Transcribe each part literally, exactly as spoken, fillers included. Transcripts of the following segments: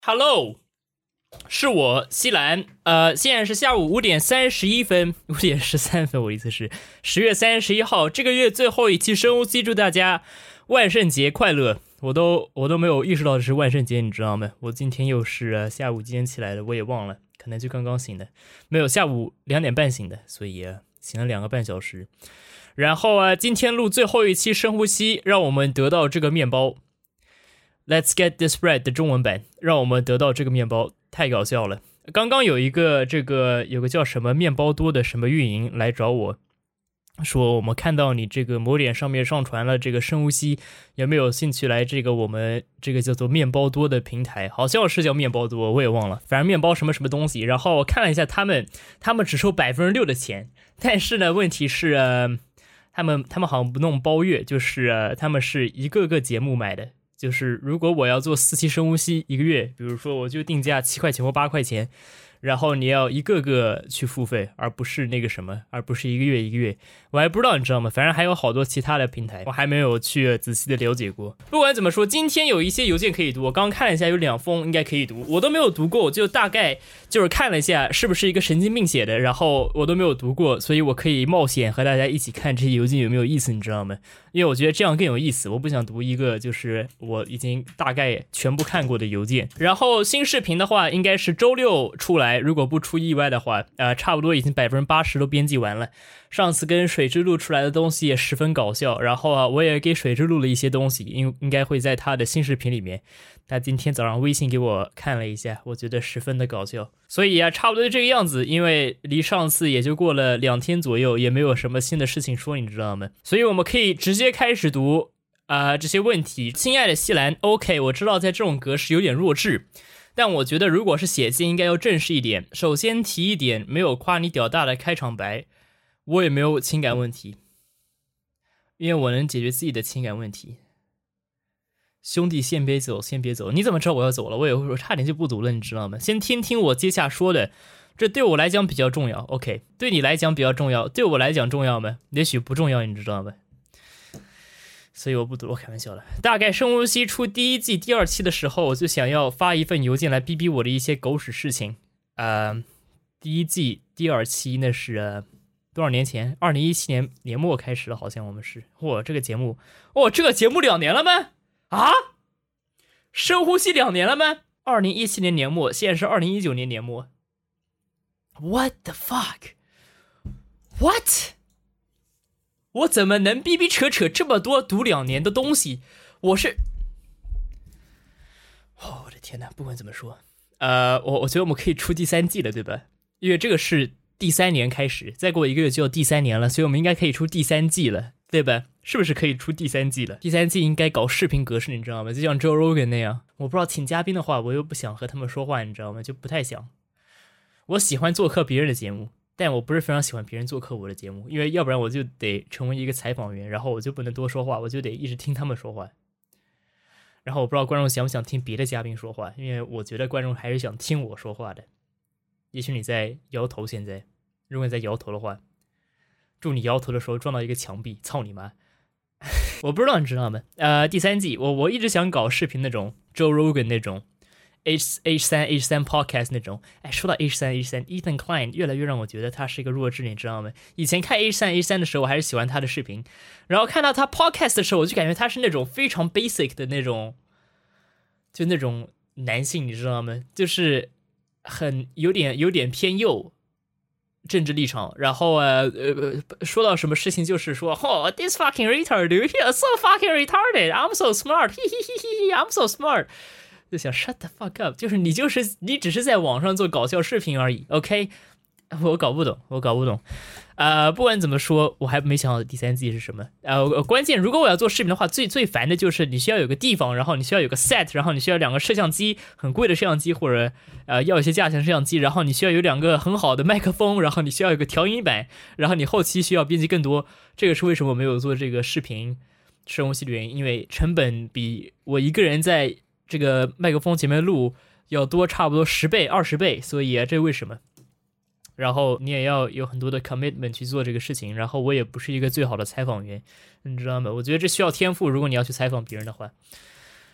Hello，是我西兰。呃，现在是下午五点三十一分，五点十三分。我的意思是十月三十一号，这个月最后一期深呼吸，祝大家万圣节快乐。我都我都没有意识到这是万圣节，你知道吗？我今天又是、呃、下午几点起来的，我也忘了，可能就刚刚醒的，没有下午两点半醒的，所以、呃、醒了两个半小时。然后啊，今天录最后一期深呼吸，让我们得到这个面包。Let's get this bread 的中文版，让我们得到这个面包，太搞笑了。刚刚有一个这个有个叫什么面包多的什么运营来找我，说我们看到你这个某点上面上传了这个深呼吸，有没有兴趣来这个我们这个叫做面包多的平台？好像是叫面包多，我也忘了，反正面包什么什么东西。然后我看了一下他们，他们只收百分之六的钱，但是呢，问题是呃，他们他们好像不弄包月，就是、呃、他们是一个个节目买的。就是如果我要做四期深呼吸一个月，比如说我就定价七块钱或八块钱，然后你要一个个去付费，而不是那个什么，而不是一个月一个月。我还不知道，你知道吗？反正还有好多其他的平台，我还没有去仔细的了解过。不管怎么说，今天有一些邮件可以读，我刚看了一下，有两封应该可以读，我都没有读过，我就大概就是看了一下是不是一个神经病写的，然后我都没有读过，所以我可以冒险和大家一起看这些邮件有没有意思，你知道吗？因为我觉得这样更有意思，我不想读一个就是我已经大概全部看过的邮件。然后新视频的话应该是周六出来，如果不出意外的话，呃，差不多已经 百分之八十 都编辑完了。上次跟水之录出来的东西也十分搞笑，然后啊，我也给水之录了一些东西，应应该会在他的新视频里面。他今天早上微信给我看了一下，我觉得十分的搞笑。所以啊，差不多就这个样子，因为离上次也就过了两天左右，也没有什么新的事情说，你知道吗？所以我们可以直接开始读啊、呃、这些问题。亲爱的西兰 ，OK， 我知道在这种格式有点弱智，但我觉得如果是写信应该要正式一点。首先提一点，没有夸你屌大的开场白，我也没有情感问题，因为我能解决自己的情感问题。兄弟，先别走，先别走。你怎么知道我要走了？我也会说差点就不读了，你知道吗？先听听我接下说的，这对我来讲比较重要。OK， 对你来讲比较重要，对我来讲重要吗？也许不重要，你知道吗？所以我不读，我开玩笑了。大概深呼吸出第一季第二期的时候，我就想要发一份邮件来逼逼我的一些狗屎事情。呃，第一季第二期那是、呃、多少年前？二零一七年年末开始了，好像我们是。嚯，这个节目，哦，这个节目两年了吗？啊，深呼吸两年了吗？二零一七年年末，现在是二零一九年年末。What the fuck? What? 我怎么能逼逼扯扯这么多读两年的东西？我是，哦，我的天哪！不管怎么说，呃，我我觉得我们可以出第三季了，对吧？因为这个是第三年开始，再过一个月就要第三年了，所以我们应该可以出第三季了，对吧？是不是可以出第三季了？第三季应该搞视频格式，你知道吗？就像 Joe Rogan 那样。我不知道请嘉宾的话，我又不想和他们说话，你知道吗？就不太想。我喜欢做客别人的节目，但我不是非常喜欢别人做客我的节目，因为要不然我就得成为一个采访员，然后我就不能多说话，我就得一直听他们说话。然后我不知道观众想不想听别的嘉宾说话，因为我觉得观众还是想听我说话的。也许你在摇头，现在如果你在摇头的话，祝你摇头的时候撞到一个墙壁，操你妈！我不知道你知道吗？呃，第三季我我一直想搞视频那种 Joe Rogan 那种 H H 三 H 三 podcast 那种。哎，说到 H 三 H 三 Ethan Klein 越来越让我觉得他是一个弱智，你知道吗？以前看 H 三 H 三的时候，我还是喜欢他的视频，然后看到他 podcast 的时候，我就感觉他是那种非常 basic 的那种，就那种男性，你知道吗？就是很有点有点偏右。政治立场，然后呃呃说到什么事情就是说，哦 ，this fucking retard, dude, you're so fucking retarded, I'm so smart, 嘿嘿嘿嘿嘿 I'm so smart， 就想 shut the fuck up， 就是你就是你只是在网上做搞笑视频而已 ，OK， 我搞不懂，我搞不懂。呃，不管怎么说，我还没想好第三季是什么。呃，关键如果我要做视频的话，最最烦的就是你需要有个地方，然后你需要有个 set， 然后你需要两个摄像机，很贵的摄像机，或者呃要一些价钱摄像机，然后你需要有两个很好的麦克风，然后你需要有个调音板，然后你后期需要编辑更多。这个是为什么我没有做这个视频深呼吸的原因，因为成本比我一个人在这个麦克风前面录要多差不多十倍、二十倍，所以、啊、这是为什么？然后你也要有很多的 commitment 去做这个事情，然后我也不是一个最好的采访员，你知道吗？我觉得这需要天赋，如果你要去采访别人的话。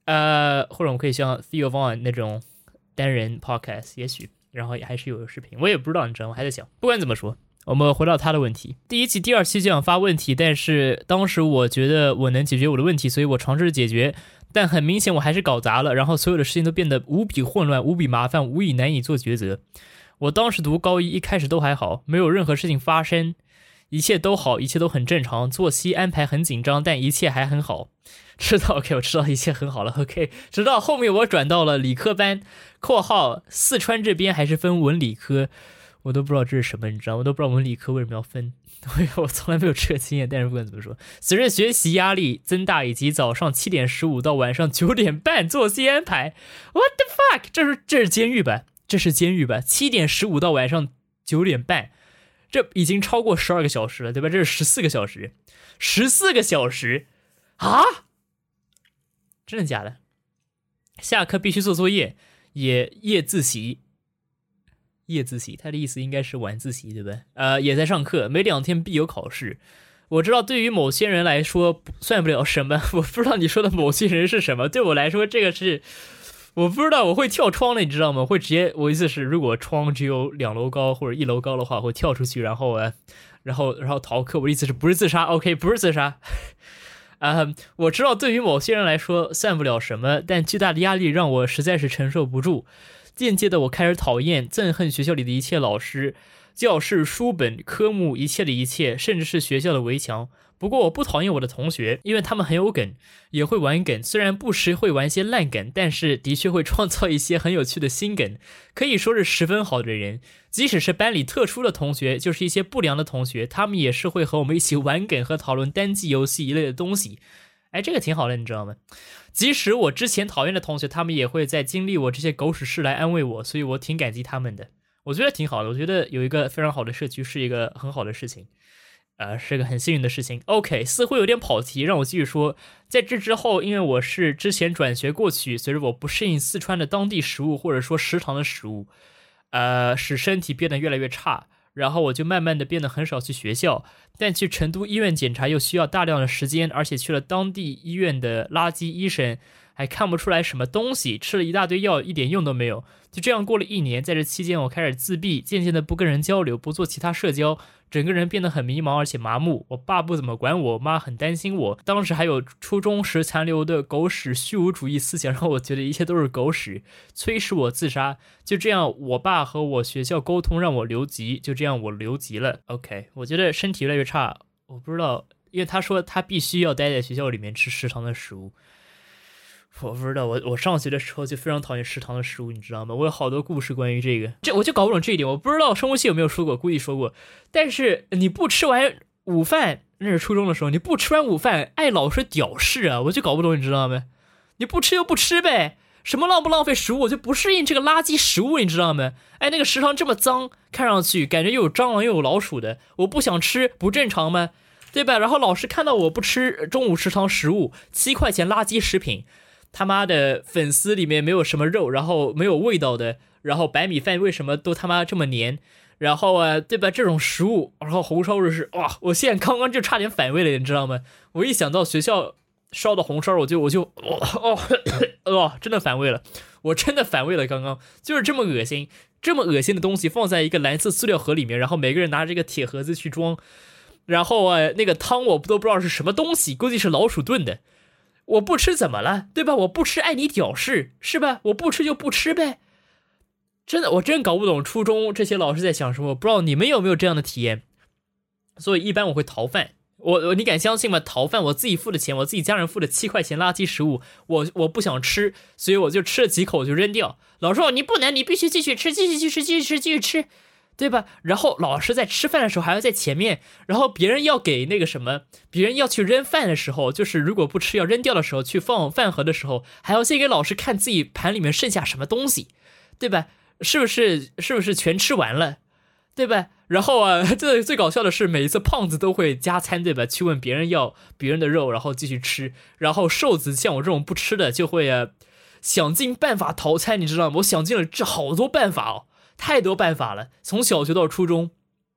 呃，或者我们可以像 Theo Von 那种单人 podcast， 也许，然后也还是有视频，我也不知道，你知道吗？我还在想，不管怎么说，我们回到他的问题。第一期、第二期就想发问题，但是当时我觉得我能解决我的问题，所以我尝试着解决，但很明显我还是搞砸了，然后所有的事情都变得无比混乱、无比麻烦、无以难以做抉择。我当时读高一，一开始都还好，没有任何事情发生，一切都好，一切都很正常，作息安排很紧张，但一切还很好。知道 OK， 我知道一切很好了 OK。直到后面我转到了理科班（括号四川这边还是分文理科），我都不知道这是什么，你知道，我都不知道文理科为什么要分，我从来没有这个经验。但是不管怎么说，随着学习压力增大，以及早上七点十五到晚上九点半作息安排 ，What the fuck？ 这是这是监狱吧？这是监狱吧？七点十五到晚上九点半，这已经超过十二个小时了，对吧？这是十四个小时，十四个小时啊！真的假的？下课必须做作业，也夜自习。夜自习，他的意思应该是晚自习，对吧？呃，也在上课，每两天必有考试。我知道对于某些人来说算不了什么，我不知道你说的某些人是什么。对我来说，这个是我不知道，我会跳窗的，你知道吗？会直接，我意思是，如果窗只有两楼高或者一楼高的话，我会跳出去，然后呃，然后然后逃课。我的意思是不是自杀 ？OK， 不是自杀。啊、uh, 我知道对于某些人来说算不了什么，但巨大的压力让我实在是承受不住。间接的我开始讨厌、憎恨学校里的一切老师、教室、书本、科目，一切的一切，甚至是学校的围墙。不过我不讨厌我的同学，因为他们很有梗，也会玩梗，虽然不时会玩一些烂梗，但是的确会创造一些很有趣的新梗，可以说是十分好的人。即使是班里特殊的同学，就是一些不良的同学，他们也是会和我们一起玩梗和讨论单机游戏一类的东西。哎，这个挺好的，你知道吗？即使我之前讨厌的同学，他们也会在经历我这些狗屎事来安慰我，所以我挺感激他们的。我觉得挺好的，我觉得有一个非常好的社区是一个很好的事情。呃，是个很幸运的事情。OK， 似乎有点跑题，让我继续说。在这之后，因为我是之前转学过去，随着我不适应四川的当地食物或者说食堂的食物，呃，使身体变得越来越差。然后我就慢慢的变得很少去学校，但去成都医院检查又需要大量的时间，而且去了当地医院的垃圾医生还看不出来什么东西，吃了一大堆药一点用都没有。就这样过了一年，在这期间我开始自闭，渐渐的不跟人交流，不做其他社交，整个人变得很迷茫而且麻木。我爸不怎么管我，妈很担心我。当时还有初中时残留的狗屎虚无主义思想，让我觉得一切都是狗屎，催使我自杀。就这样，我爸和我学校沟通，让我留级。就这样，我留级了。OK， 我觉得身体越来越差，我不知道，因为他说他必须要待在学校里面吃食堂的食物。我不知道，我我上学的时候就非常讨厌食堂的食物，你知道吗？我有好多故事关于这个，这我就搞不懂这一点。我不知道生物系有没有说过，估计说过。但是你不吃完午饭，那是初中的时候，你不吃完午饭，爱老师屌事啊，我就搞不懂，你知道吗？你不吃就不吃呗，什么浪不浪费食物，我就不适应这个垃圾食物，你知道吗？哎，那个食堂这么脏，看上去感觉又有蟑螂又有老鼠的，我不想吃，不正常吗？对吧？然后老师看到我不吃中午食堂食物，七块钱垃圾食品。他妈的粉丝里面没有什么肉，然后没有味道的，然后白米饭为什么都他妈这么黏？然后啊，对吧？这种食物，然后红烧肉是哇，我现在刚刚就差点反胃了，你知道吗？我一想到学校烧的红烧，我就我就哦哦哦，真的反胃了，我真的反胃了，刚刚就是这么恶心，这么恶心的东西放在一个蓝色塑料盒里面，然后每个人拿着这个铁盒子去装，然后啊，那个汤我都不知道是什么东西，估计是老鼠炖的。我不吃怎么了，对吧？我不吃爱你屌事，是吧？我不吃就不吃呗。真的，我真搞不懂初中这些老师在想什么，我不知道你们有没有这样的体验。所以一般我会逃饭，我我你敢相信吗？逃饭，我自己付的钱，我自己家人付的七块钱垃圾食物，我我不想吃，所以我就吃了几口就扔掉。老师说你不能，你必须继续吃，继续继续继续吃，继续吃。对吧？然后老师在吃饭的时候还要在前面，然后别人要给那个什么，别人要去扔饭的时候，就是如果不吃要扔掉的时候，去放饭盒的时候，还要先给老师看自己盘里面剩下什么东西，对吧？是不是是不是全吃完了，对吧？然后啊，这最搞笑的是每一次胖子都会加餐，对吧？去问别人要别人的肉，然后继续吃，然后瘦子像我这种不吃的就会啊想尽办法逃餐，你知道吗？我想尽了这好多办法哦。太多办法了，从小学到初中，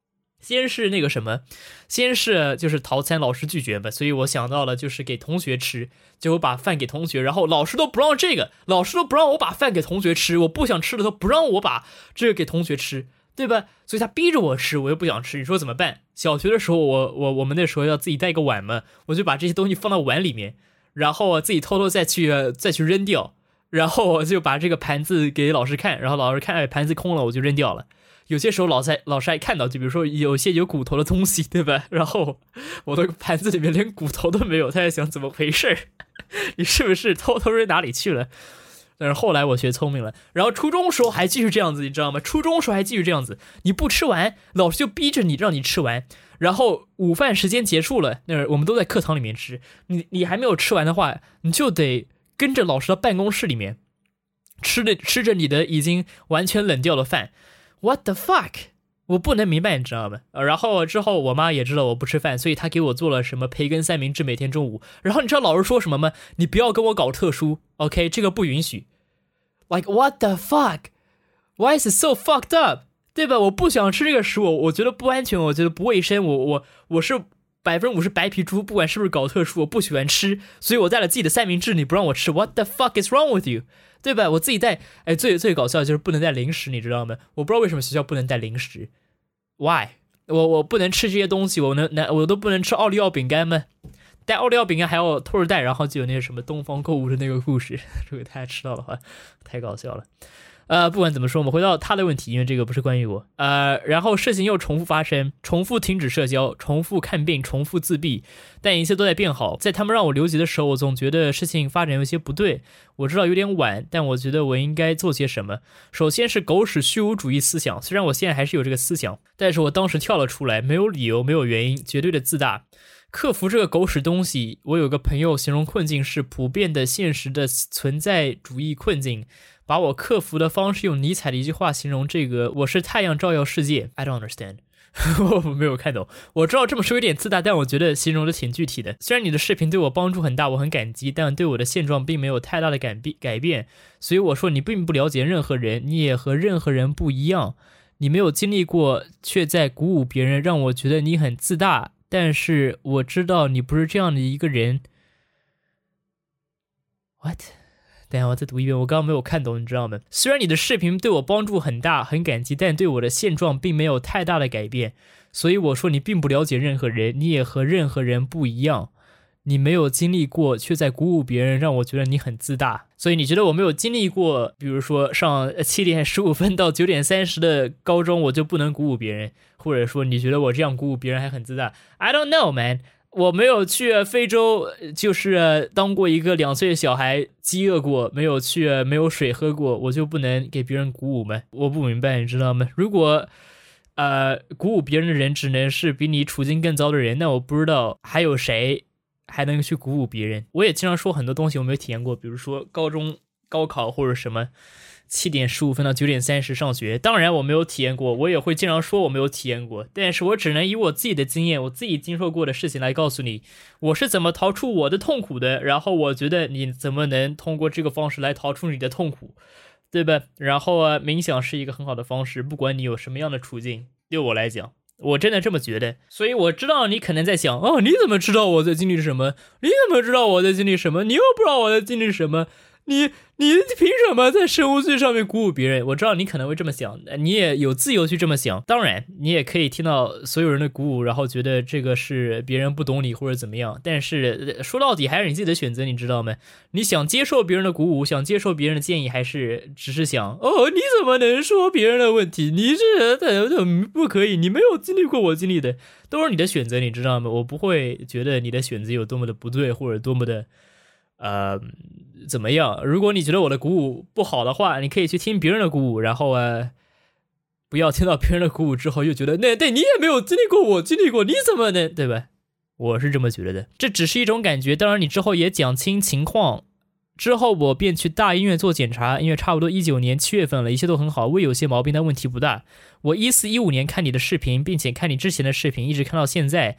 先是那个什么，先是就是套餐老师拒绝嘛，所以我想到了就是给同学吃，结果把饭给同学，然后老师都不让这个，老师都不让我把饭给同学吃，我不想吃的都不让我把这个给同学吃，对吧？所以他逼着我吃，我又不想吃，你说怎么办？小学的时候我我我们那时候要自己带一个碗嘛，我就把这些东西放到碗里面，然后自己偷偷再去再去扔掉，然后我就把这个盘子给老师看，然后老师看哎盘子空了，我就扔掉了。有些时候老师老师还看到，就比如说有些有骨头的东西，对吧？然后我的盘子里面连骨头都没有，他在想怎么回事你是不是偷偷扔哪里去了？但是后来我学聪明了，然后初中时候还继续这样子，你知道吗？初中时候还继续这样子，你不吃完，老师就逼着你让你吃完，然后午饭时间结束了，那我们都在课堂里面吃，你你还没有吃完的话，你就得跟着老师的办公室里面吃的吃着你的已经完全冷掉的饭。What the fuck？ 我不能明白，你知道吗？然后之后我妈也知道我不吃饭，所以她给我做了什么培根三明治，每天中午。然后你知道老师说什么吗？你不要跟我搞特殊 ，OK？ 这个不允许。Like what the fuck? Why is it so fucked up？ 对吧？我不想吃这个食物，我觉得不安全，我觉得不卫生，我我我是百分之五十白皮猪，不管是不是搞特殊，我不喜欢吃，所以我带了自己的三明治，你不让我吃 ，What the fuck is wrong with you？对吧？我自己带，哎，最最搞笑的就是不能带零食，你知道吗？我不知道为什么学校不能带零食 ，Why？ 我我不能吃这些东西，我能那我都不能吃奥利奥饼干吗？带奥利奥饼干还要偷着带，然后就有那个什么东方购物的那个故事，如果大家知道的话，太搞笑了。呃，不管怎么说，我们回到他的问题，因为这个不是关于我。呃，然后事情又重复发生，重复停止社交，重复看病，重复自闭，但一切都在变好。在他们让我留级的时候，我总觉得事情发展有些不对。我知道有点晚，但我觉得我应该做些什么。首先是狗屎虚无主义思想，虽然我现在还是有这个思想，但是我当时跳了出来，没有理由，没有原因，绝对的自大。克服这个狗屎东西，我有个朋友形容困境是普遍的现实的存在主义困境。把我克服的方式用尼采的一句话形容这个，我是太阳照耀世界。I don't understand 我没有看懂。我知道这么说有点自大，但我觉得形容的挺具体的。虽然你的视频对我帮助很大，我很感激，但对我的现状并没有太大的改变改变。所以我说你并不了解任何人，你也和任何人不一样，你没有经历过，却在鼓舞别人，让我觉得你很自大。但是我知道你不是这样的一个人。What？等一下，我再读一遍，我刚刚没有看懂，你知道吗？虽然你的视频对我帮助很大，很感激，但对我的现状并没有太大的改变。所以我说你并不了解任何人，你也和任何人不一样。你没有经历过，却在鼓舞别人，让我觉得你很自大。所以你觉得我没有经历过，比如说上七点十五分到九点三十的高中，我就不能鼓舞别人，或者说你觉得我这样鼓舞别人还很自大 ？I don't know, man。我没有去非洲，就是当过一个两岁的小孩，饥饿过，没有去没有水喝过，我就不能给别人鼓舞吗？我不明白，你知道吗？如果呃鼓舞别人的人只能是比你处境更糟的人，那我不知道还有谁还能去鼓舞别人。我也经常说很多东西我没有体验过，比如说高中高考或者什么七点十五分到九点三十上学，当然我没有体验过，我也会经常说我没有体验过，但是我只能以我自己的经验，我自己经受过的事情来告诉你，我是怎么逃出我的痛苦的，然后我觉得你怎么能通过这个方式来逃出你的痛苦，对吧？然后啊，冥想是一个很好的方式，不管你有什么样的处境，对我来讲，我真的这么觉得。所以我知道你可能在想，哦，你怎么知道我在经历什么？你怎么知道我在经历什么？你又不知道我在经历什么？你你凭什么在生物剧上面鼓舞别人？我知道你可能会这么想，你也有自由去这么想。当然，你也可以听到所有人的鼓舞，然后觉得这个是别人不懂你或者怎么样。但是说到底还是你自己的选择，你知道吗？你想接受别人的鼓舞，想接受别人的建议，还是只是想，哦，你怎么能说别人的问题？你这不可以，你没有经历过我经历的，都是你的选择，你知道吗？我不会觉得你的选择有多么的不对，或者多么的呃，怎么样？如果你觉得我的鼓舞不好的话，你可以去听别人的鼓舞，然后啊，不要听到别人的鼓舞之后又觉得那对你也没有经历过我经历过，你怎么能对吧？我是这么觉得的，这只是一种感觉。当然，你之后也讲清情况，之后我便去大医院做检查，因为差不多一九年七月份了，一切都很好，胃有些毛病，但问题不大。我一四一五年看你的视频，并且看你之前的视频，一直看到现在。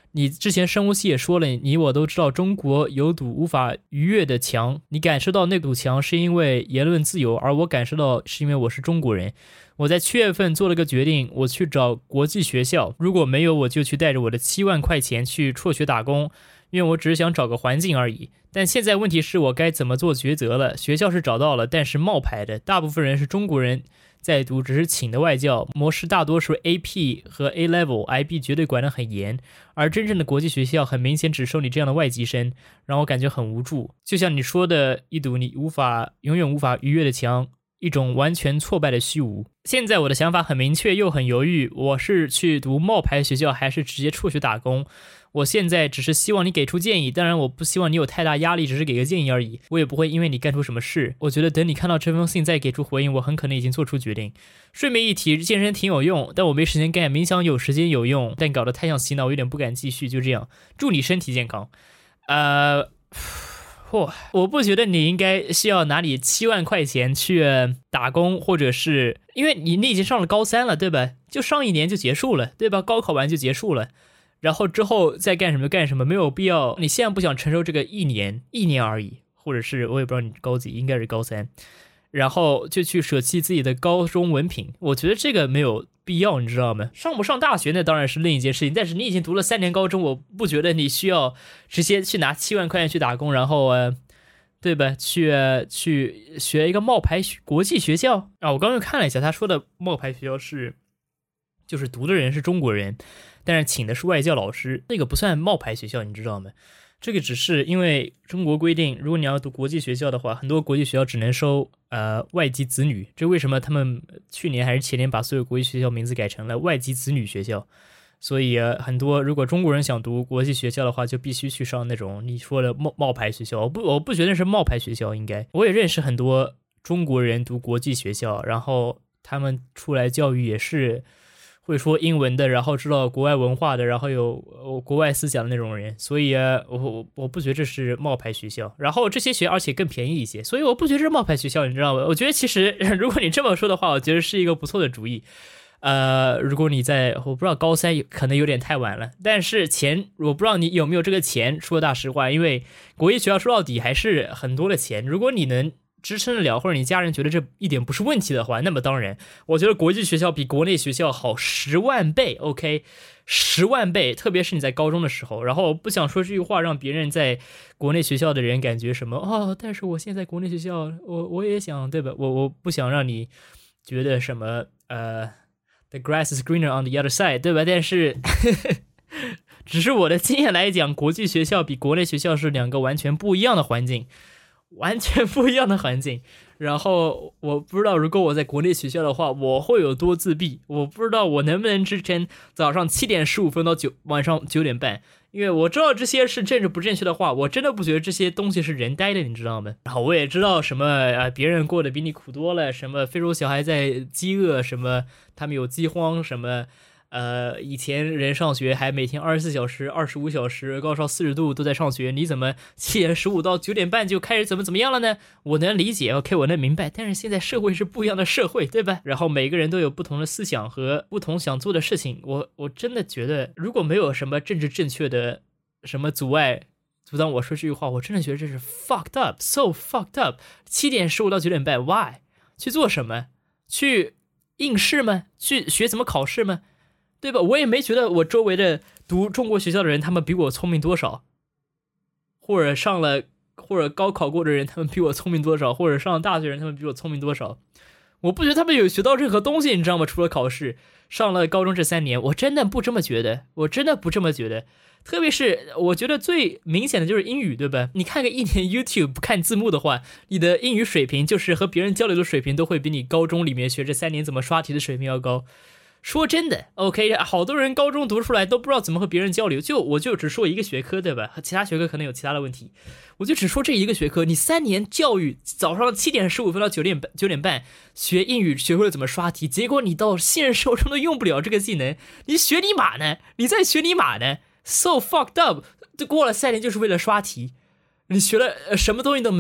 你之前生物系也说了，你我都知道中国有堵无法逾越的墙，你感受到那堵墙是因为言论自由，而我感受到是因为我是中国人。我在七月份做了个决定，我去找国际学校，如果没有我就去带着我的七万块钱去辍学打工，因为我只是想找个环境而已。但现在问题是我该怎么做抉择了，学校是找到了，但是冒牌的，大部分人是中国人在读，只是请的外教，模式大多数 A P 和 A Level，I B 绝对管得很严，而真正的国际学校很明显只收你这样的外籍生，让我感觉很无助。就像你说的，一堵你无法永远无法逾越的墙，一种完全挫败的虚无。现在我的想法很明确又很犹豫，我是去读冒牌学校还是直接辍学打工。我现在只是希望你给出建议，当然我不希望你有太大压力，只是给个建议而已，我也不会因为你干出什么事。我觉得等你看到这封信再给出回应，我很可能已经做出决定。顺便一提，健身挺有用，但我没时间干，冥想有时间有用，但搞得太像洗脑，我有点不敢继续。就这样，祝你身体健康。呃嚯，我不觉得你应该需要拿你七万块钱去打工，或者是因为你你已经上了高三了，对吧？就上一年就结束了，对吧？高考完就结束了，然后之后再干什么干什么，没有必要。你现在不想承受这个一年一年而已，或者是我也不知道你高几，应该是高三，然后就去舍弃自己的高中文凭，我觉得这个没有必要，你知道吗？上不上大学那当然是另一件事情，但是你已经读了三年高中，我不觉得你需要直接去拿七万块钱去打工，然后呃，对吧？去、呃、去学一个冒牌国际学校啊！我刚刚看了一下，他说的冒牌学校是，就是读的人是中国人，但是请的是外教老师，那个不算冒牌学校，你知道吗？这个只是因为中国规定，如果你要读国际学校的话，很多国际学校只能收呃外籍子女。这为什么他们去年还是前年把所有国际学校名字改成了外籍子女学校？所以、呃、很多如果中国人想读国际学校的话，就必须去上那种你说的冒冒牌学校。我不我不觉得是冒牌学校，应该我也认识很多中国人读国际学校，然后他们出来教育也是会说英文的，然后知道国外文化的，然后有国外思想的那种人，所以我我我不觉得这是冒牌学校。然后这些学而且更便宜一些，所以我不觉得是冒牌学校，你知道吗？我觉得其实如果你这么说的话，我觉得是一个不错的主意。呃，如果你在我不知道高三可能有点太晚了，但是钱我不知道你有没有这个钱，说大实话，因为国际学校说到底还是很多的钱，如果你能支撑得了，或者你家人觉得这一点不是问题的话，那么当然我觉得国际学校比国内学校好十万倍 OK， 十万倍，特别是你在高中的时候。然后我不想说这句话让别人在国内学校的人感觉什么哦，但是我现在国内学校我我也想，对吧？我我不想让你觉得什么呃 the grass is greener on the other side， 对吧？但是只是我的经验来讲，国际学校比国内学校是两个完全不一样的环境，完全不一样的环境。然后我不知道如果我在国内学校的话，我会有多自闭，我不知道我能不能支撑早上七点十五分到九晚上九点半，因为我知道这些是政治不正确的话，我真的不觉得这些东西是人呆的，你知道吗？然后我也知道什么啊，别人过得比你苦多了，什么非洲小孩在饥饿，什么他们有饥荒，什么呃，以前人上学还每天二十四小时、二十五小时，高烧四十度都在上学，你怎么七点十五到九点半就开始怎么怎么样了呢？我能理解 ，OK， 我能明白。但是现在社会是不一样的社会，对吧？然后每个人都有不同的思想和不同想做的事情。我我真的觉得，如果没有什么政治正确的什么阻碍阻挡我说这句话，我真的觉得这是 fucked up，so fucked up。七点十五到九点半 ，why 去做什么？去应试吗？去学怎么考试吗？对吧？我也没觉得我周围的读中国学校的人他们比我聪明多少，或者上了或者高考过的人他们比我聪明多少，或者上了大学人他们比我聪明多少。我不觉得他们有学到任何东西，你知道吗？除了考试，上了高中这三年，我真的不这么觉得，我真的不这么觉得。特别是我觉得最明显的就是英语，对吧？你看个一年 YouTube 不看字幕的话，你的英语水平就是和别人交流的水平都会比你高中里面学这三年怎么刷题的水平要高。说真的 OK， 好多人高中读出来都不知道怎么和别人交流，就我就只说一个学科，对吧？其他学科可能有其他的问题，我就只说这一个学科。你三年教育，早上七点十五分到九点半九点半学英语，学会了怎么刷题，结果你到现实生活中都用不了这个技能，你学你妈呢？你在学你妈呢 ？So fucked up！ 过了三年就是为了刷题，你学了、呃、什么东西都没有。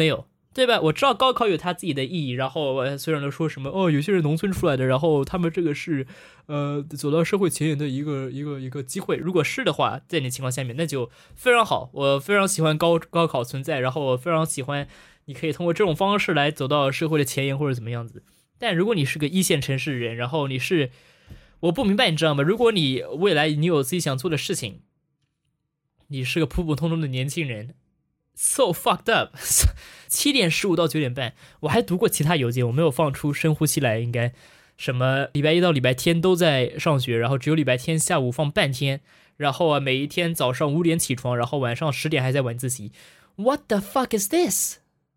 对吧？我知道高考有它自己的意义，然后虽然都说什么哦，有些人农村出来的，然后他们这个是呃走到社会前沿的一个一个一个机会。如果是的话，在你情况下面，那就非常好。我非常喜欢高高考存在，然后我非常喜欢你可以通过这种方式来走到社会的前沿或者怎么样子。但如果你是个一线城市人，然后你是我不明白，你知道吗？如果你未来你有自己想做的事情，你是个普普通通的年轻人。So fucked up 七点十五到九点半，我还读过其他邮件，我没有放出深呼吸来，应该什么礼拜一到礼拜天都在上学，然后只有礼拜天下午放半天，然后啊每一天早上五点起床，然后晚上十点还在晚自习。 What the fuck is this?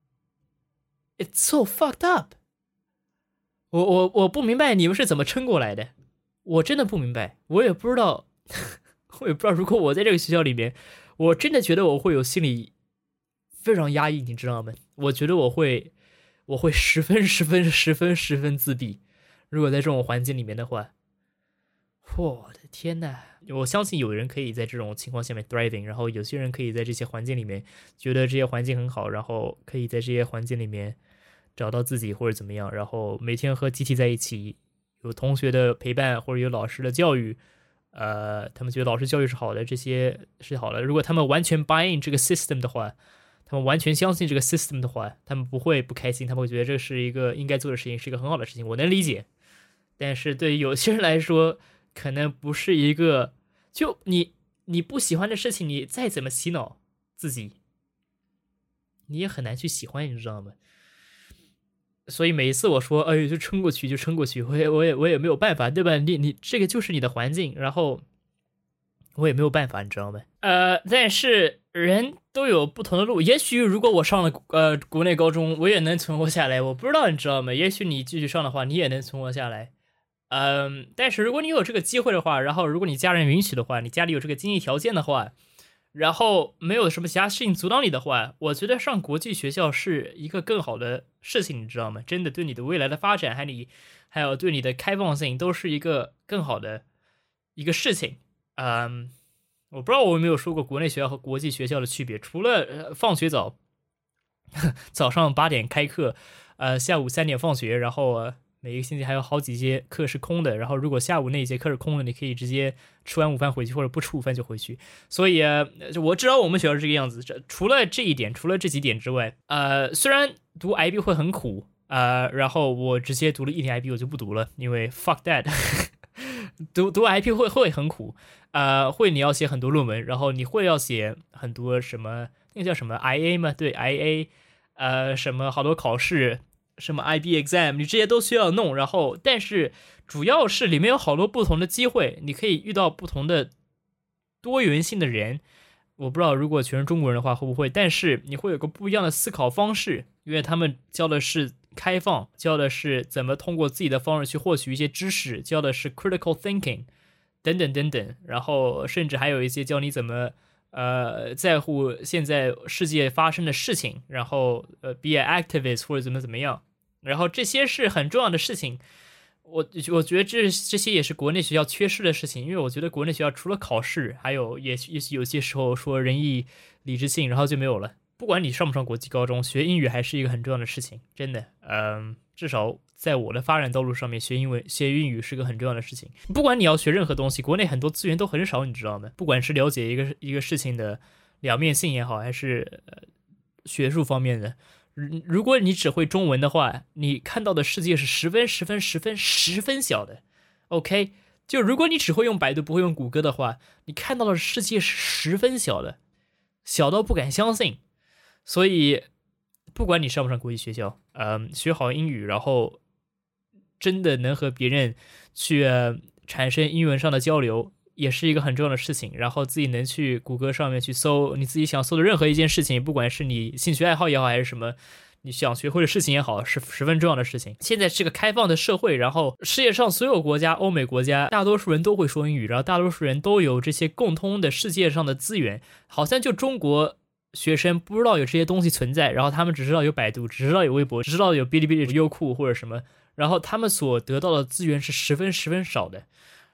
It's so fucked up。 我我我不明白你们是怎么撑过来的，我真的不明白，我也不知道我也不知道如果我在这个学校里面，我真的觉得我会有心理非常压抑，你知道吗？我觉得我会，我会十分、十分、十分、十分自闭。如果在这种环境里面的话，我的天哪！我相信有人可以在这种情况下面 thriving， 然后有些人可以在这些环境里面觉得这些环境很好，然后可以在这些环境里面找到自己或者怎么样，然后每天和集体在一起，有同学的陪伴或者有老师的教育。呃，他们觉得老师教育是好的，这些是好的。如果他们完全 buy in 这个 system 的话，他们完全相信这个 system 的话，他们不会不开心，他们会觉得这是一个应该做的事情，是一个很好的事情，我能理解。但是对于有些人来说，可能不是一个，就你你不喜欢的事情，你再怎么洗脑自己，你也很难去喜欢，你知道吗？所以每一次我说，哎，就撑过去，就撑过去，我也我也我也没有办法，对吧？你你这个就是你的环境，然后我也没有办法，你知道吗？呃，但是人都有不同的路。也许如果我上了呃国内高中，我也能存活下来。我不知道，你知道吗？也许你继续上的话，你也能存活下来。嗯、呃，但是如果你有这个机会的话，然后如果你家人允许的话，你家里有这个经济条件的话，然后没有什么其他事情阻挡你的话，我觉得上国际学校是一个更好的事情，你知道吗？真的对你的未来的发展，还你还有对你的开放性，都是一个更好的一个事情。嗯，我不知道我有没有说过国内学校和国际学校的区别，除了、呃、放学早，早上八点开课，呃，下午三点放学，然后、呃、每一个星期还有好几节课是空的，然后如果下午那一节课是空的，你可以直接吃完午饭回去，或者不吃午饭就回去。所以、呃、我知道我们学校是这个样子。这除了这一点，除了这几点之外，呃，虽然读 I B 会很苦，呃，然后我直接读了一年 I B 我就不读了，因为 fuck that 读读 I P 会会很苦，呃，会你要写很多论文，然后你会要写很多什么，那个叫什么 I A 吗？对 I A， 呃，什么好多考试，什么 I B exam， 你这些都需要弄。然后，但是主要是里面有好多不同的机会，你可以遇到不同的多元性的人。我不知道如果全是中国人的话会不会，但是你会有个不一样的思考方式，因为他们教的是开放，教的是怎么通过自己的方式去获取一些知识，教的是 critical thinking 等等等等，然后甚至还有一些教你怎么呃在乎现在世界发生的事情，然后呃 be an activist 或者怎么怎么样，然后这些是很重要的事情。我我觉得这这些也是国内学校缺失的事情，因为我觉得国内学校除了考试，还有也也许有些时候说仁义礼智信，然后就没有了。不管你上不上国际高中，学英语还是一个很重要的事情，真的。嗯，至少在我的发展道路上面，学英文、学英语是个很重要的事情。不管你要学任何东西，国内很多资源都很少，你知道吗？不管是了解一个一个事情的两面性也好，还是、呃、学术方面的。如果你只会中文的话，你看到的世界是十分十分十分十分小的 OK， 就如果你只会用百度不会用谷歌的话，你看到的世界是十分小的，小到不敢相信。所以不管你上不上国际学校，嗯，学好英语，然后真的能和别人去、呃、产生英文上的交流，也是一个很重要的事情。然后自己能去谷歌上面去搜你自己想搜的任何一件事情，不管是你兴趣爱好也好，还是什么你想学会的事情也好，是十分重要的事情。现在是个开放的社会，然后世界上所有国家，欧美国家大多数人都会说英语，然后大多数人都有这些共通的世界上的资源，好像就中国学生不知道有这些东西存在，然后他们只知道有百度，只知道有微博，只知道有哔哩哔哩、优酷或者什么，然后他们所得到的资源是十分十分少的。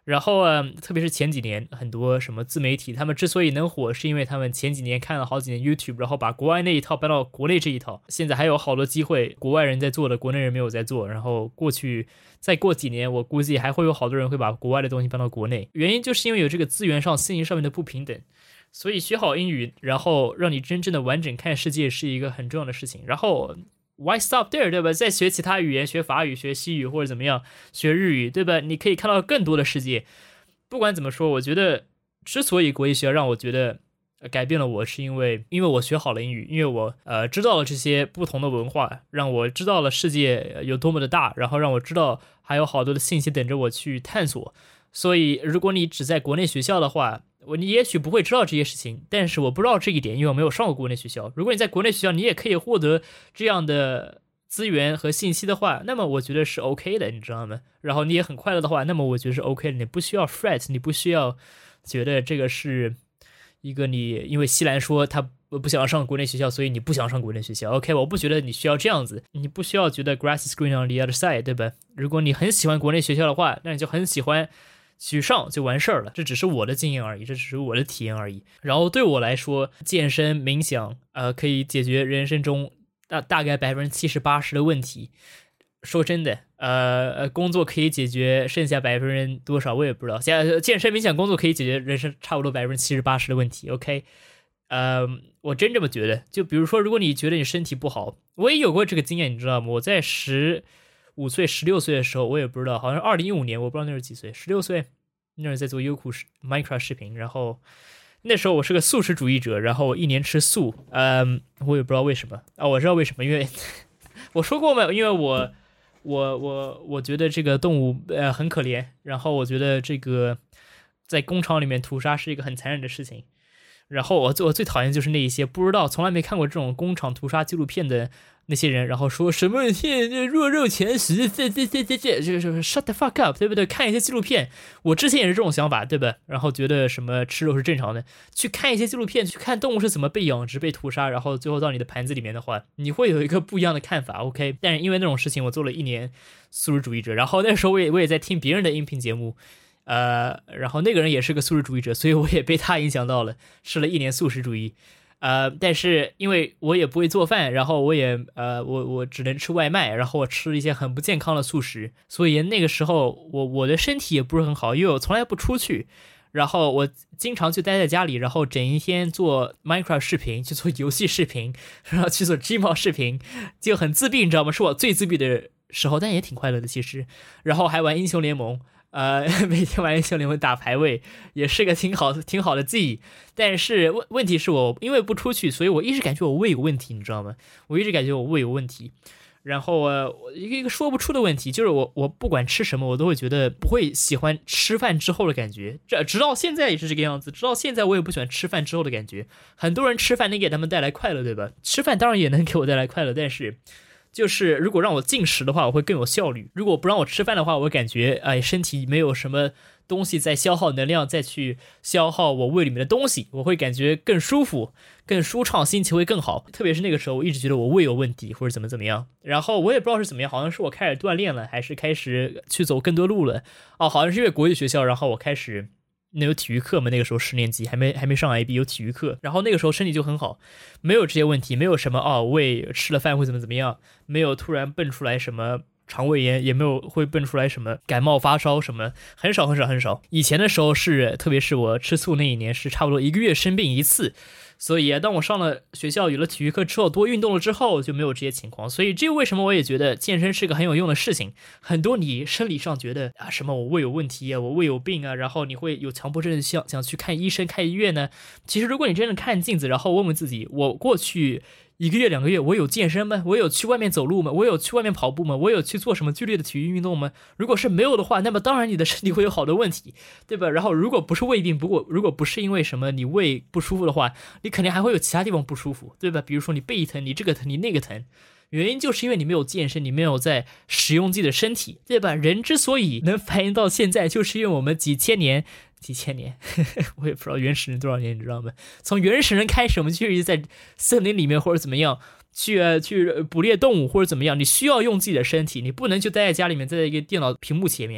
然后啊，特别是前几年很多什么自媒体，他们之所以能火，是因为他们前几年看了好几年 YouTube， 然后把国外那一套搬到国内这一套。现在还有好多机会，国外人在做的，国内人没有在做。然后过去再过几年，我估计还会有好多人会把国外的东西搬到国内。原因就是因为有这个资源上、信息上面的不平等。所以学好英语，然后让你真正的完整看世界是一个很重要的事情。然后 why stop there， 对吧？再学其他语言，学法语、学西语或者怎么样，学日语，对吧？你可以看到更多的世界。不管怎么说，我觉得之所以国际学校让我觉得改变了我，是因为因为我学好了英语，因为我呃知道了这些不同的文化，让我知道了世界有多么的大，然后让我知道还有好多的信息等着我去探索。所以如果你只在国内学校的话，我你也许不会知道这些事情，但是我不知道这一点，因为我没有上过国内学校。如果你在国内学校，你也可以获得这样的资源和信息的话，那么我觉得是 OK 的，你知道吗？然后你也很快乐的话，那么我觉得是 OK 的，你不需要 fret， 你不需要觉得这个是一个你因为西兰说他不想要上国内学校，所以你不想上国内学校。OK， 我不觉得你需要这样子，你不需要觉得 grass is green on the other side， 对吧？如果你很喜欢国内学校的话，那你就很喜欢去上就完事儿了，这只是我的经验而已，这只是我的体验而已。然后对我来说，健身、冥想，呃，可以解决人生中大大概百分之七十八十的问题。说真的，呃呃，工作可以解决剩下百分之多少我也不知道。现在健身、冥想、工作可以解决人生差不多百分之七十八十的问题。OK， 呃，我真这么觉得。就比如说，如果你觉得你身体不好，我也有过这个经验，你知道吗？我在十五岁、十六岁的时候，我也不知道，好像二零一五年，我不知道那是几岁，十六岁，那时候在做优酷 Minecraft 视频，然后那时候我是个素食主义者，然后我一年吃素，嗯，我也不知道为什么啊，我知道为什么，因为我说过嘛，因为我我我我觉得这个动物呃很可怜，然后我觉得这个在工厂里面屠杀是一个很残忍的事情。然后我我最讨厌就是那一些不知道从来没看过这种工厂屠杀纪录片的那些人，然后说什么弱肉强食，这这这这这这个 shut the fuck up， 对不对？看一些纪录片，我之前也是这种想法，对吧？然后觉得什么吃肉是正常的，去看一些纪录片，去看动物是怎么被养殖、被屠杀，然后最后到你的盘子里面的话，你会有一个不一样的看法。OK， 但是因为那种事情，我做了一年素食主义者，然后那时候我也我也在听别人的音频节目。呃，然后那个人也是个素食主义者，所以我也被他影响到了，吃了一年素食主义。呃，但是因为我也不会做饭，然后我也呃，我我只能吃外卖，然后我吃了一些很不健康的素食，所以那个时候我我的身体也不是很好，因为我从来不出去，然后我经常就待在家里，然后整一天做 Minecraft 视频，去做游戏视频，然后去做 Gmail 视频，就很自闭，你知道吗？是我最自闭的时候，但也挺快乐的其实。然后还玩英雄联盟。呃，每天玩英雄联盟打排位也是个挺好挺好的记忆，但是问问题是我因为不出去，所以我一直感觉我胃有问题，你知道吗？我一直感觉我胃有问题，然后呃，一个一个说不出的问题，就是我我不管吃什么，我都会觉得不会喜欢吃饭之后的感觉，这直到现在也是这个样子，直到现在我也不喜欢吃饭之后的感觉。很多人吃饭能给他们带来快乐，对吧？吃饭当然也能给我带来快乐，但是。就是如果让我进食的话，我会更有效率。如果不让我吃饭的话，我感觉哎，身体没有什么东西在消耗能量，再去消耗我胃里面的东西，我会感觉更舒服、更舒畅，心情会更好。特别是那个时候，我一直觉得我胃有问题或者怎么怎么样，然后我也不知道是怎么样，好像是我开始锻炼了，还是开始去走更多路了。哦，好像是因为国际学校，然后我开始。那有体育课嘛？那个时候十年级还没还没上 I B， 有体育课，然后那个时候身体就很好，没有这些问题，没有什么哦胃吃了饭会怎么怎么样，没有突然蹦出来什么肠胃炎，也没有会蹦出来什么感冒发烧什么，很少很少很少。以前的时候是，特别是我吃素那一年是差不多一个月生病一次。所以当我上了学校，有了体育课之后，多运动了之后，就没有这些情况。所以这个为什么我也觉得健身是个很有用的事情。很多你生理上觉得啊什么我胃有问题啊，我胃有病啊，然后你会有强迫症想想去看医生、看医院呢。其实如果你真的看镜子，然后问问自己，我过去一个月、两个月，我有健身吗？我有去外面走路吗？我有去外面跑步吗？我有去做什么剧烈的体育运动吗？如果是没有的话，那么当然你的身体会有好的问题，对吧？然后如果不是胃病，不过如果不是因为什么你胃不舒服的话，你肯定还会有其他地方不舒服，对吧？比如说你背疼，你这个疼，你那个疼。原因就是因为你没有健身，你没有在使用自己的身体，对吧？人之所以能繁衍到现在，就是因为我们几千年几千年呵呵我也不知道原始人多少年，你知道吗？从原始人开始，我们去在森林里面或者怎么样去、呃、去捕猎动物或者怎么样，你需要用自己的身体，你不能就待在家里面，在一个电脑屏幕前面。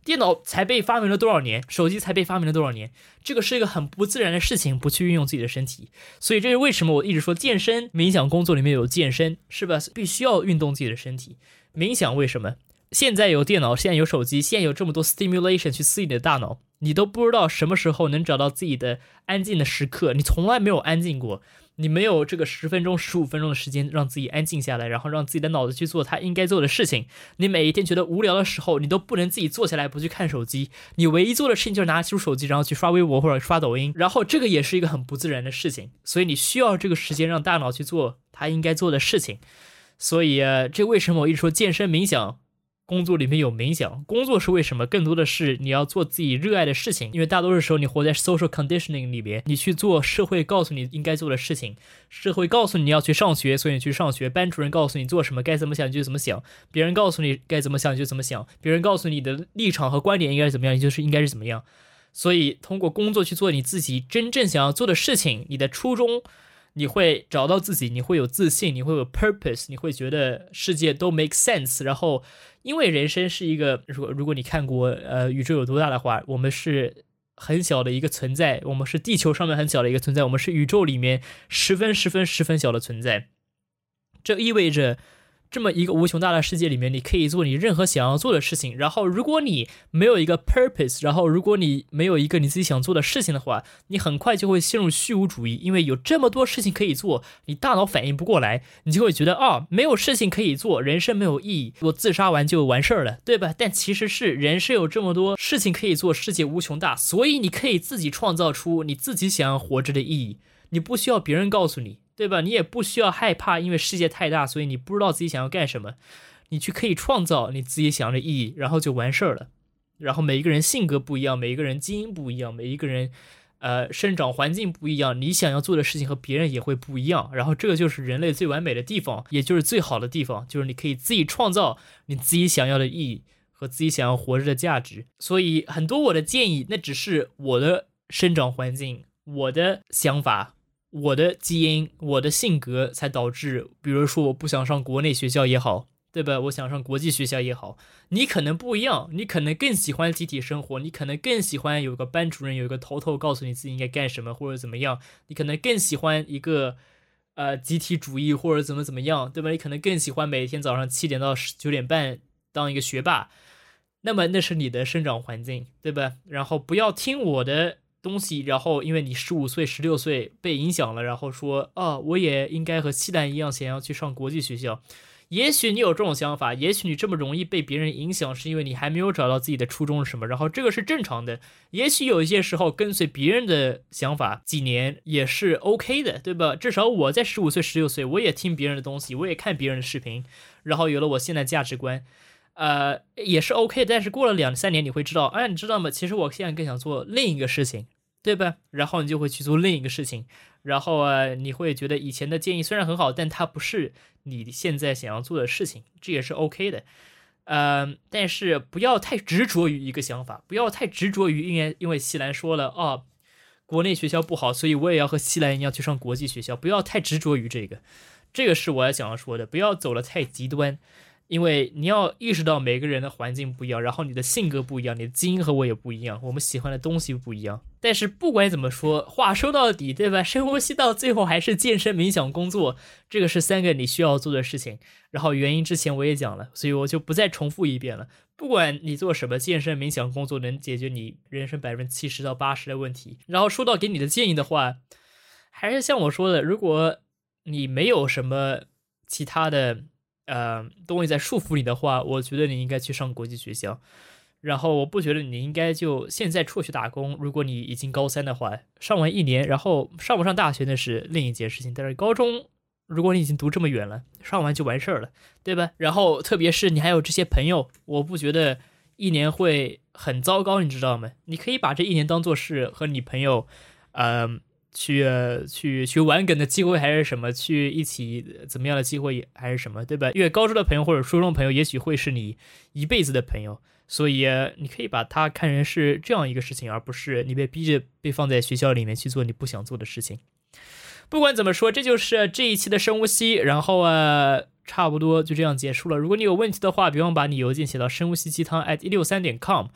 电脑才被发明了多少年，手机才被发明了多少年，这个是一个很不自然的事情，不去运用自己的身体。所以这是为什么我一直说健身、冥想工作里面有健身，是吧？必须要运动自己的身体。冥想为什么？现在有电脑，现在有手机，现在有这么多 stimulation 去刺激你的大脑，你都不知道什么时候能找到自己的安静的时刻，你从来没有安静过，你没有这个十分钟十五分钟的时间让自己安静下来，然后让自己的脑子去做他应该做的事情。你每一天觉得无聊的时候，你都不能自己坐下来不去看手机，你唯一做的事情就是拿出手机然后去刷微博或者刷抖音，然后这个也是一个很不自然的事情，所以你需要这个时间让大脑去做他应该做的事情。所以、呃、这为什么我一直说健身冥想工作里面有冥想，工作是为什么？更多的是你要做自己热爱的事情，因为大多数时候你活在 social conditioning 里面，你去做社会告诉你应该做的事情，社会告诉你要去上学，所以你去上学，班主任告诉你做什么该怎么想你就怎么想，别人告诉你该怎么想你就怎么想，别人告诉你的立场和观点应该是怎么样，你就是应该是怎么样。所以通过工作去做你自己真正想要做的事情，你的初衷，你会找到自己，你会有自信，你会有 purpose， 你会觉得世界都 make sense。 然后因为人生是一个，如果如果你看过呃宇宙有多大的话，我们是很小的一个存在，我们是地球上面很小的一个存在，我们是宇宙里面十分十分十分小的存在。这意味着这么一个无穷大的世界里面，你可以做你任何想要做的事情，然后如果你没有一个 purpose， 然后如果你没有一个你自己想做的事情的话，你很快就会陷入虚无主义，因为有这么多事情可以做，你大脑反应不过来，你就会觉得啊，没有事情可以做，人生没有意义，我自杀完就完事儿了，对吧？但其实是人生有这么多事情可以做，世界无穷大，所以你可以自己创造出你自己想要活着的意义，你不需要别人告诉你，对吧？你也不需要害怕，因为世界太大，所以你不知道自己想要干什么。你去可以创造你自己想的意义，然后就完事儿了。然后每一个人性格不一样，每一个人基因不一样，每一个人呃生长环境不一样，你想要做的事情和别人也会不一样。然后这个就是人类最完美的地方，也就是最好的地方，就是你可以自己创造你自己想要的意义和自己想要活着的价值。所以很多我的建议，那只是我的生长环境，我的想法，我的基因，我的性格才导致，比如说我不想上国内学校也好，对吧？我想上国际学校也好，你可能不一样，你可能更喜欢集体生活，你可能更喜欢有个班主任，有一个头头告诉你自己应该干什么或者怎么样，你可能更喜欢一个呃集体主义或者怎么怎么样，对吧？你可能更喜欢每天早上七点到九点半当一个学霸，那么那是你的生长环境，对吧？然后不要听我的东西，然后因为你十五岁十六岁被影响了，然后说啊，我也应该和西兰一样想要去上国际学校。也许你有这种想法，也许你这么容易被别人影响是因为你还没有找到自己的初衷是什么，然后这个是正常的。也许有一些时候跟随别人的想法几年也是 OK 的，对吧？至少我在十五岁十六岁我也听别人的东西，我也看别人的视频，然后有了我现在价值观，呃，也是 OK。 但是过了两三年你会知道，哎，你知道吗？其实我现在更想做另一个事情，对吧？然后你就会去做另一个事情，然后啊，你会觉得以前的建议虽然很好，但它不是你现在想要做的事情，这也是 OK 的。呃，但是不要太执着于一个想法，不要太执着于因为因为西兰说了哦，国内学校不好，所以我也要和西兰一样去上国际学校，不要太执着于这个，这个是我要想要说的，不要走得太极端。因为你要意识到每个人的环境不一样，然后你的性格不一样，你的基因和我也不一样，我们喜欢的东西不一样。但是不管怎么说，话说到底，对吧？深呼吸到最后还是健身、冥想、工作，这个是三个你需要做的事情。然后原因之前我也讲了，所以我就不再重复一遍了。不管你做什么，健身、冥想、工作能解决你人生百分之七十到八十的问题。然后说到给你的建议的话，还是像我说的，如果你没有什么其他的呃，东西在束缚你的话，我觉得你应该去上国际学校。然后我不觉得你应该就现在辍学打工，如果你已经高三的话，上完一年，然后上不上大学那是另一件事情。但是高中，如果你已经读这么远了，上完就完事儿了，对吧？然后特别是你还有这些朋友，我不觉得一年会很糟糕，你知道吗？你可以把这一年当做是和你朋友，呃。去去去玩梗的机会还是什么，去一起怎么样的机会还是什么，对吧？因为高中的朋友或者初中的朋友也许会是你一辈子的朋友，所以你可以把它看成是这样一个事情，而不是你被逼着被放在学校里面去做你不想做的事情。不管怎么说，这就是这一期的深呼吸，然后啊，差不多就这样结束了。如果你有问题的话，别忘把你邮件写到深呼吸鸡汤 at 一六三点 com。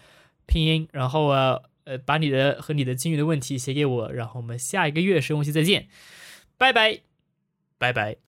拼音，然后啊呃把你的和你的金鱼的问题写给我，然后我们下一个月实用期再见，拜拜，拜拜。